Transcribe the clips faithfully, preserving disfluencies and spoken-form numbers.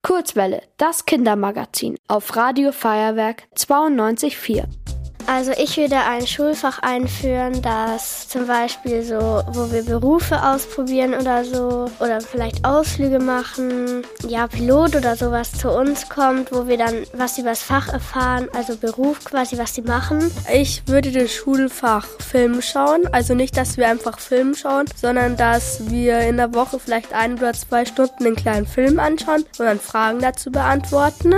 Kurzwelle, das Kindermagazin auf Radio Feuerwerk zweiundneunzig Komma vier. Also ich würde ein Schulfach einführen, das zum Beispiel so, wo wir Berufe ausprobieren oder so, oder vielleicht Ausflüge machen, ja, Pilot oder sowas zu uns kommt, wo wir dann was über das Fach erfahren, also Beruf quasi, was sie machen. Ich würde das Schulfach Film schauen, also nicht, dass wir einfach Film schauen, sondern dass wir in der Woche vielleicht ein oder zwei Stunden einen kleinen Film anschauen und dann Fragen dazu beantworten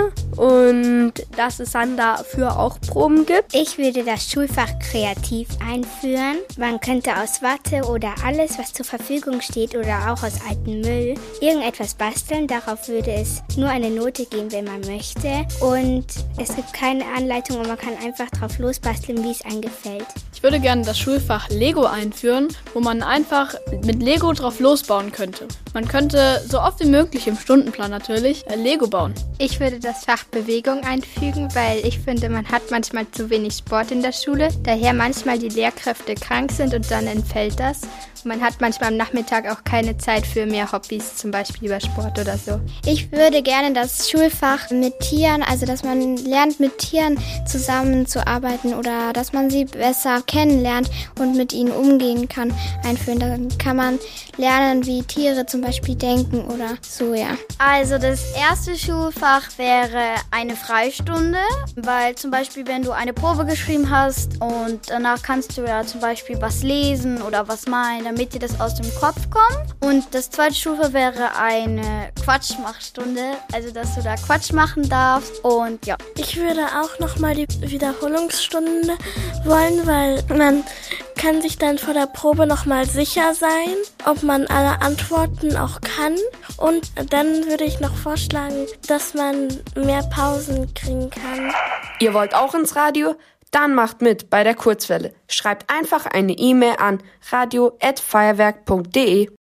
und dass es dann dafür auch Proben gibt. Ich würde das Schulfach kreativ einführen. Man könnte aus Watte oder alles, was zur Verfügung steht oder auch aus altem Müll, irgendetwas basteln. Darauf würde es nur eine Note geben, wenn man möchte. Und es gibt keine Anleitung und man kann einfach drauf losbasteln, wie es einem gefällt. Ich würde gerne das Schulfach Lego einführen, wo man einfach mit Lego drauf losbauen könnte. Man könnte so oft wie möglich im Stundenplan natürlich äh, Lego bauen. Ich würde das Fach Bewegung einfügen, weil ich finde, man hat manchmal zu wenig Sport in der Schule. Daher manchmal die Lehrkräfte krank sind und dann entfällt das. Man hat manchmal am Nachmittag auch keine Zeit für mehr Hobbys, zum Beispiel über Sport oder so. Ich würde gerne das Schulfach mit Tieren, also dass man lernt, mit Tieren zusammenzuarbeiten oder dass man sie besser kennenlernt und mit ihnen umgehen kann, einführen. Dann kann man lernen, wie Tiere zum Beispiel denken oder so, ja. Also das erste Schulfach wäre eine Freistunde, weil zum Beispiel, wenn du eine Probe geschrieben hast und danach kannst du ja zum Beispiel was lesen oder was malen, damit dir das aus dem Kopf kommt. Und das zweite Schulfach wäre eine Quatschmachstunde, also dass du da Quatsch machen darfst und ja. Ich würde auch nochmal die Wiederholungsstunde wollen, weil man kann sich dann vor der Probe nochmal sicher sein, ob man alle Antworten auch kann. Und dann würde ich noch vorschlagen, dass man mehr Pausen kriegen kann. Ihr wollt auch ins Radio? Dann macht mit bei der Kurzwelle. Schreibt einfach eine E-Mail an radio at feuerwerk punkt de.